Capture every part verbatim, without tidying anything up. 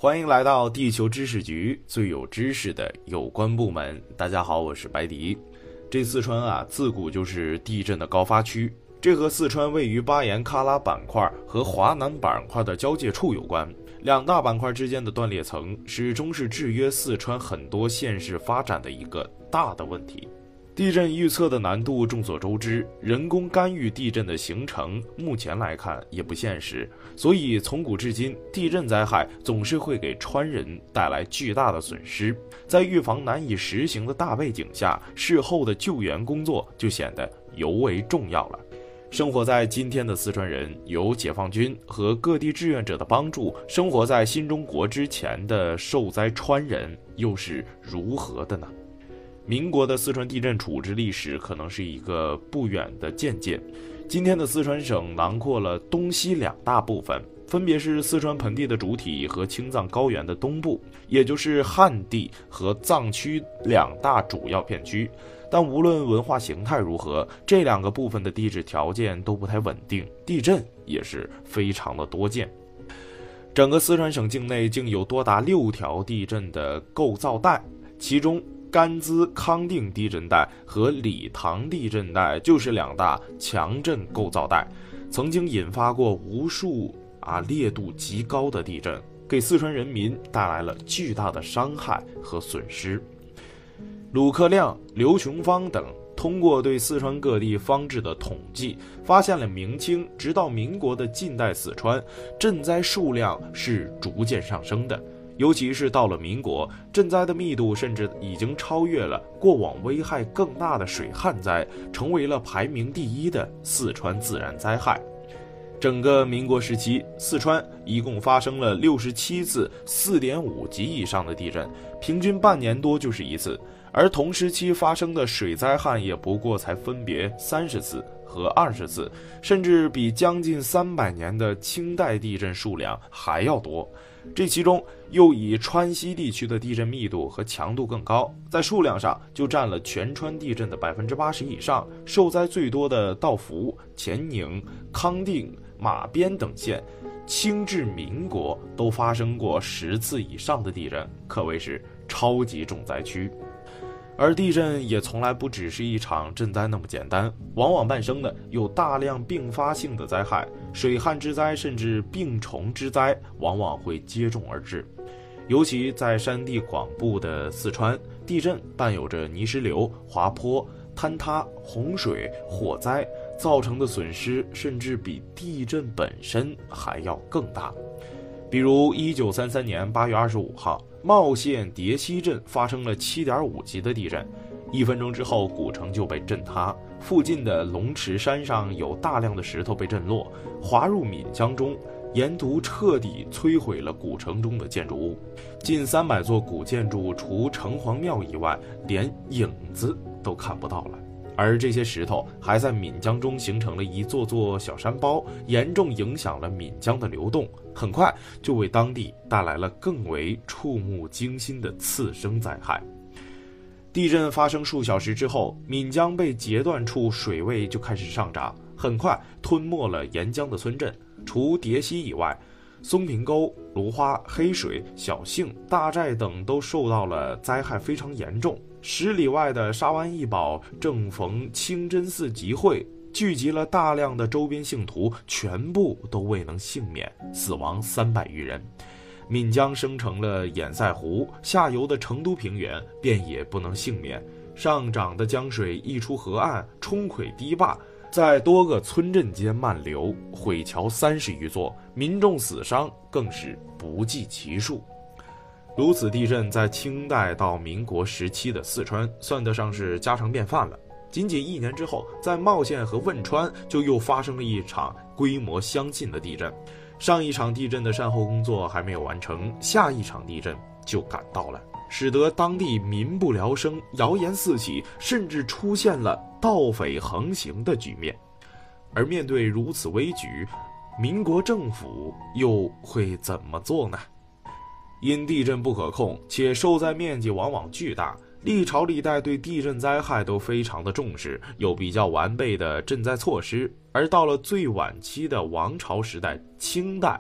欢迎来到地球知识局，最有知识的有关部门。大家好，我是白迪。这四川啊，自古就是地震的高发区。这和四川位于巴颜喀拉板块和华南板块的交界处有关。两大板块之间的断裂层始终是制约四川很多县市发展的一个大的问题。地震预测的难度众所周知，人工干预地震的形成，目前来看也不现实。所以从古至今，地震灾害总是会给川人带来巨大的损失。在预防难以实行的大背景下，事后的救援工作就显得尤为重要了。生活在今天的四川人，有解放军和各地志愿者的帮助，生活在新中国之前的受灾川人又是如何的呢？民国的四川地震处置历史可能是一个不远的见解。今天的四川省囊括了东西两大部分，分别是四川盆地的主体和青藏高原的东部，也就是汉地和藏区两大主要片区。但无论文化形态如何，这两个部分的地质条件都不太稳定，地震也是非常的多见。整个四川省境内竟有多达六条地震的构造带，其中甘孜康定地震带和理塘地震带就是两大强震构造带，曾经引发过无数啊烈度极高的地震，给四川人民带来了巨大的伤害和损失。鲁克亮、刘琼芳等通过对四川各地方志的统计，发现了明清直到民国的近代四川震灾数量是逐渐上升的。尤其是到了民国，震灾的密度甚至已经超越了过往危害更大的水旱灾，成为了排名第一的四川自然灾害。整个民国时期，四川一共发生了六十七次 四点五 级以上的地震，平均半年多就是一次，而同时期发生的水灾害也不过才分别三十次和二十次，甚至比将近三百年的清代地震数量还要多。这其中又以川西地区的地震密度和强度更高，在数量上就占了全川地震的 百分之八十 以上。受灾最多的道孚、乾宁、康定、马边等县，清至民国都发生过十次以上的地震，可谓是超级重灾区。而地震也从来不只是一场震灾那么简单，往往伴生的有大量并发性的灾害，水旱之灾甚至病虫之灾往往会接踵而至。尤其在山地广布的四川，地震伴有着泥石流、滑坡、坍塌、洪水、火灾，造成的损失甚至比地震本身还要更大。比如一九三三年八月二十五号，茂县蝶溪镇发生了 七点五 级的地震，一分钟之后古城就被震塌，附近的龙池山上有大量的石头被震落，滑入岷江中，沿途彻底摧毁了古城中的建筑物。近三百座古建筑除城隍庙以外，连影子都看不到了。而这些石头还在岷江中形成了一座座小山包，严重影响了岷江的流动，很快就为当地带来了更为触目惊心的次生灾害。地震发生数小时之后，岷江被截断处水位就开始上涨，很快吞没了沿江的村镇。除蝶溪以外，松坪沟、芦花、黑水、小杏、大寨等都受到了灾害非常严重。十里外的沙湾一堡正逢清真寺集会，聚集了大量的周边信徒，全部都未能幸免，死亡三百余人。岷江生成了堰塞湖，下游的成都平原便也不能幸免，上涨的江水溢出河岸，冲溃堤坝，在多个村镇间漫流，毁桥三十余座，民众死伤更是不计其数。如此地震在清代到民国时期的四川算得上是家常便饭了。仅仅一年之后，在茂县和汶川就又发生了一场规模相近的地震。上一场地震的善后工作还没有完成，下一场地震就赶到了，使得当地民不聊生，谣言四起，甚至出现了盗匪横行的局面。而面对如此危局，民国政府又会怎么做呢？因地震不可控，且受灾面积往往巨大，历朝历代对地震灾害都非常的重视，有比较完备的赈灾措施。而到了最晚期的王朝时代，清代，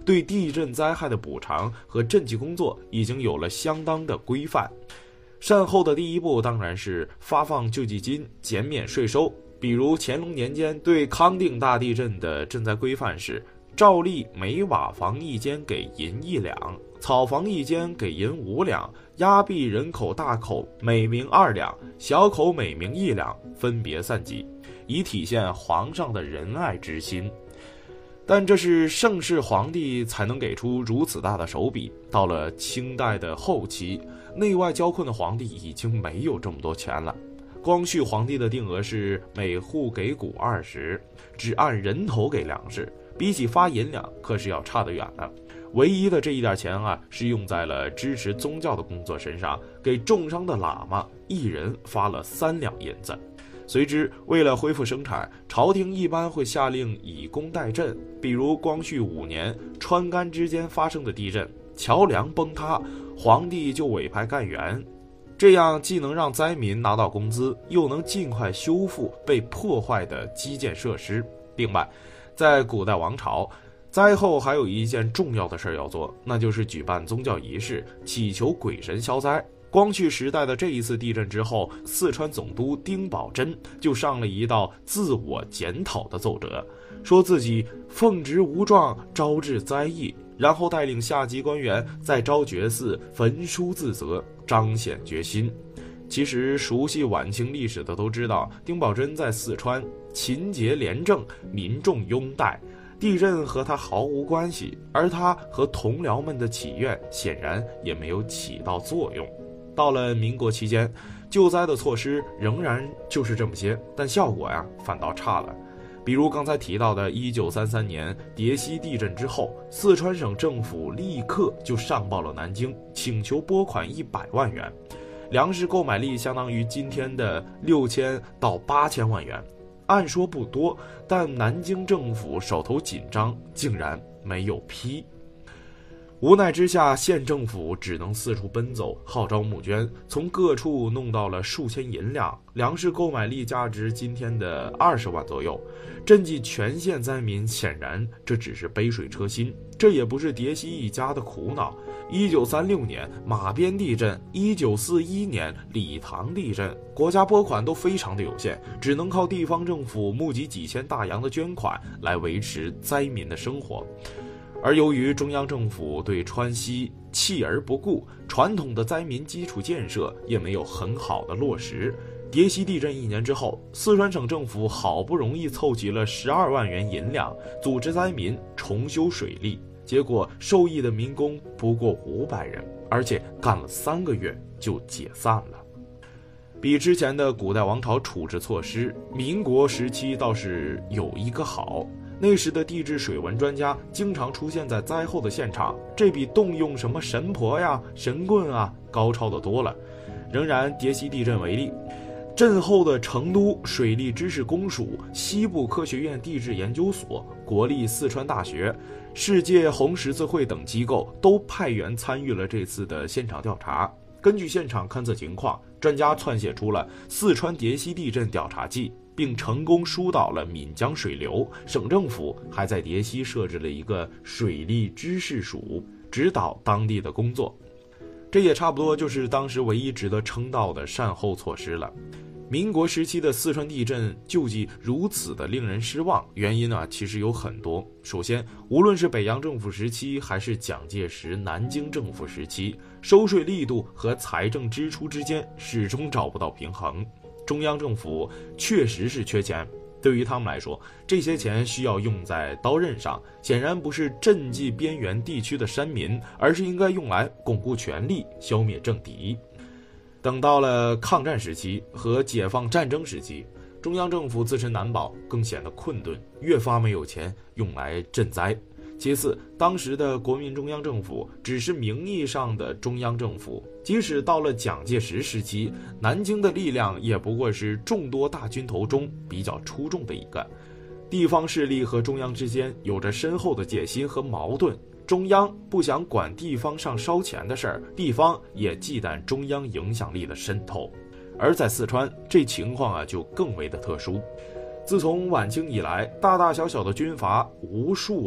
对地震灾害的补偿和赈济工作已经有了相当的规范。善后的第一步当然是发放救济金、减免税收。比如乾隆年间对康定大地震的赈灾规范是：照例每瓦房一间给银一两，草房一间给银五两，压毙人口大口每名二两，小口每名一两，分别散给，以体现皇上的仁爱之心。但这是盛世皇帝才能给出如此大的手笔，到了清代的后期，内外交困的皇帝已经没有这么多钱了。光绪皇帝的定额是每户给谷二十，只按人头给粮食，比起发银两可是要差得远了。唯一的这一点钱啊，是用在了支持宗教的工作身上，给重伤的喇嘛一人发了三两银子。随之，为了恢复生产，朝廷一般会下令以工代赈，比如光绪五年川赣之间发生的地震，桥梁崩塌，皇帝就委派干员，这样既能让灾民拿到工资，又能尽快修复被破坏的基建设施。另外，在古代王朝，灾后还有一件重要的事要做，那就是举办宗教仪式，祈求鬼神消灾。光绪时代的这一次地震之后，四川总督丁宝桢就上了一道自我检讨的奏折，说自己奉职无状，招致灾异，然后带领下级官员在昭觉寺焚书自责，彰显决心。其实熟悉晚清历史的都知道，丁宝桢在四川勤节廉政，民众拥戴，地震和他毫无关系，而他和同僚们的祈愿显然也没有起到作用。到了民国期间，救灾的措施仍然就是这么些，但效果呀反倒差了。比如刚才提到的一九三三年蝶溪地震之后，四川省政府立刻就上报了南京，请求拨款一百万元，粮食购买力相当于今天的六千到八千万元。按说不多，但南京政府手头紧张，竟然没有批。无奈之下，县政府只能四处奔走，号召募捐，从各处弄到了数千银两，粮食购买力价值今天的二十万左右。赈济全县灾民，显然这只是杯水车薪，这也不是蝶溪一家的苦恼。一九三六年马边地震，一九四一年理塘地震，国家拨款都非常的有限，只能靠地方政府募集几千大洋的捐款来维持灾民的生活。而由于中央政府对川西弃而不顾，传统的灾民基础建设也没有很好的落实。蝶溪地震一年之后，四川省政府好不容易凑齐了十二万元银两，组织灾民重修水利，结果受益的民工不过五百人，而且干了三个月就解散了。比之前的古代王朝处置措施，民国时期倒是有一个好。那时的地质水文专家经常出现在灾后的现场，这比动用什么神婆呀、神棍啊高超的多了。仍然蝶溪地震为例，震后的成都水利知识公署、西部科学院地质研究所、国立四川大学、世界红十字会等机构都派员参与了这次的现场调查。根据现场勘测情况，专家撰写出了《四川蝶溪地震调查记》，并成功疏导了岷江水流。省政府还在蝶溪设置了一个水利知识署，指导当地的工作。这也差不多就是当时唯一值得称道的善后措施了。民国时期的四川地震救济如此的令人失望，原因啊其实有很多。首先，无论是北洋政府时期还是蒋介石南京政府时期，收税力度和财政支出之间始终找不到平衡。中央政府确实是缺钱，对于他们来说，这些钱需要用在刀刃上，显然不是赈济边缘地区的山民，而是应该用来巩固权力，消灭政敌。等到了抗战时期和解放战争时期，中央政府自身难保，更显得困顿，越发没有钱用来赈灾。其次，当时的国民中央政府只是名义上的中央政府，即使到了蒋介石时期，南京的力量也不过是众多大军头中比较出众的一个。地方势力和中央之间有着深厚的戒心和矛盾，中央不想管地方上烧钱的事儿，地方也忌惮中央影响力的渗透。而在四川，这情况啊就更为的特殊。自从晚清以来，大大小小的军阀无数啊，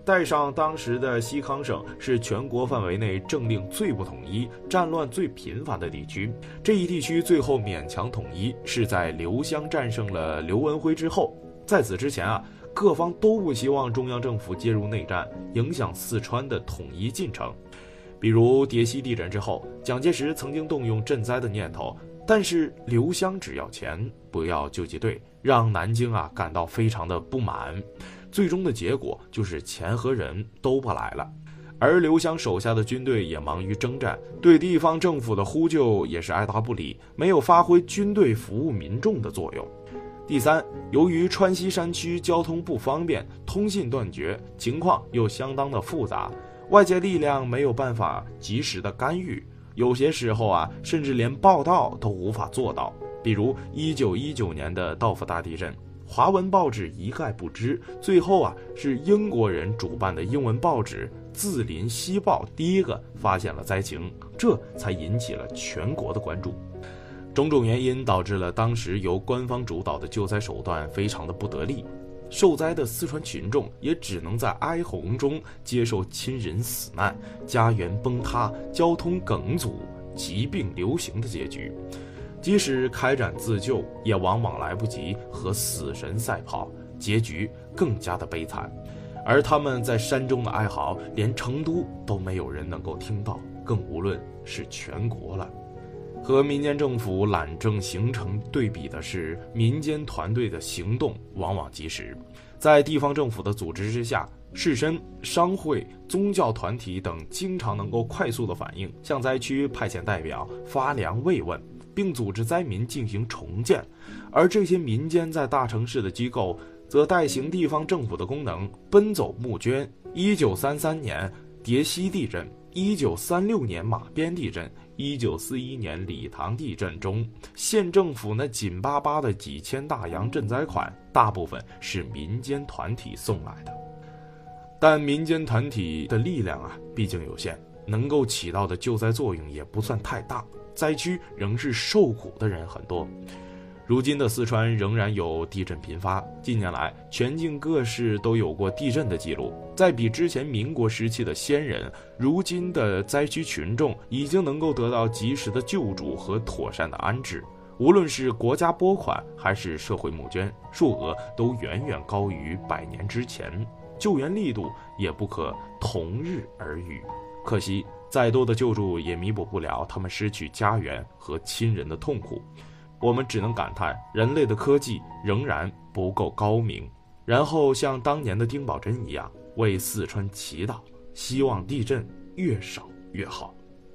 带上当时的西康省是全国范围内政令最不统一、战乱最频繁的地区。这一地区最后勉强统一是在刘湘战胜了刘文辉之后。在此之前啊，各方都不希望中央政府介入内战，影响四川的统一进程。比如蝶溪地震之后，蒋介石曾经动用赈灾的念头，但是刘湘只要钱，不要救济队，让南京啊感到非常的不满。最终的结果就是钱和人都不来了。而刘湘手下的军队也忙于征战，对地方政府的呼救也是爱答不理，没有发挥军队服务民众的作用。第三，由于川西山区交通不方便，通信断绝，情况又相当的复杂，外界力量没有办法及时的干预，有些时候啊，甚至连报道都无法做到。比如一九一九年的道孚大地震，华文报纸一概不知，最后啊，是英国人主办的英文报纸《字林西报》第一个发现了灾情，这才引起了全国的关注。种种原因导致了当时由官方主导的救灾手段非常的不得力，受灾的四川群众也只能在哀鸿中接受亲人死难、家园崩塌、交通梗阻、疾病流行的结局。即使开展自救，也往往来不及和死神赛跑，结局更加的悲惨。而他们在山中的哀嚎，连成都都没有人能够听到，更无论是全国了。和民间政府懒政形成对比的是，民间团队的行动往往及时。在地方政府的组织之下，士绅、商会、宗教团体等经常能够快速的反应，向灾区派遣代表发粮慰问，并组织灾民进行重建。而这些民间在大城市的机构则代行地方政府的功能，奔走募捐。一九三三年蝶溪地震，一九三六年马边地震，一九四一年理塘地震中，县政府那紧巴巴的几千大洋赈灾款，大部分是民间团体送来的。但民间团体的力量啊，毕竟有限，能够起到的救灾作用也不算太大，灾区仍是受苦的人很多。如今的四川仍然有地震频发，近年来全境各市都有过地震的记录。在比之前民国时期的先人，如今的灾区群众已经能够得到及时的救助和妥善的安置。无论是国家拨款还是社会募捐，数额都远远高于百年之前，救援力度也不可同日而语。可惜再多的救助也弥补不了他们失去家园和亲人的痛苦。我们只能感叹人类的科技仍然不够高明，然后像当年的丁宝桢一样为四川祈祷，希望地震越少越好。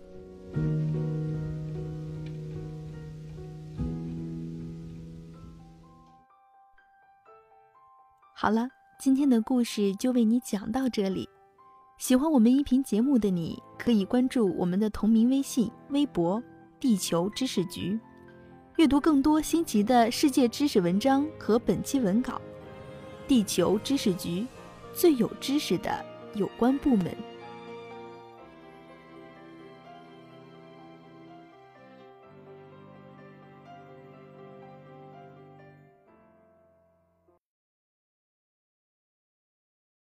好了，今天的故事就为你讲到这里。喜欢我们音频节目的你，可以关注我们的同名微信、微博“地球知识局”，阅读更多新奇的世界知识文章和本期文稿。地球知识局，最有知识的有关部门。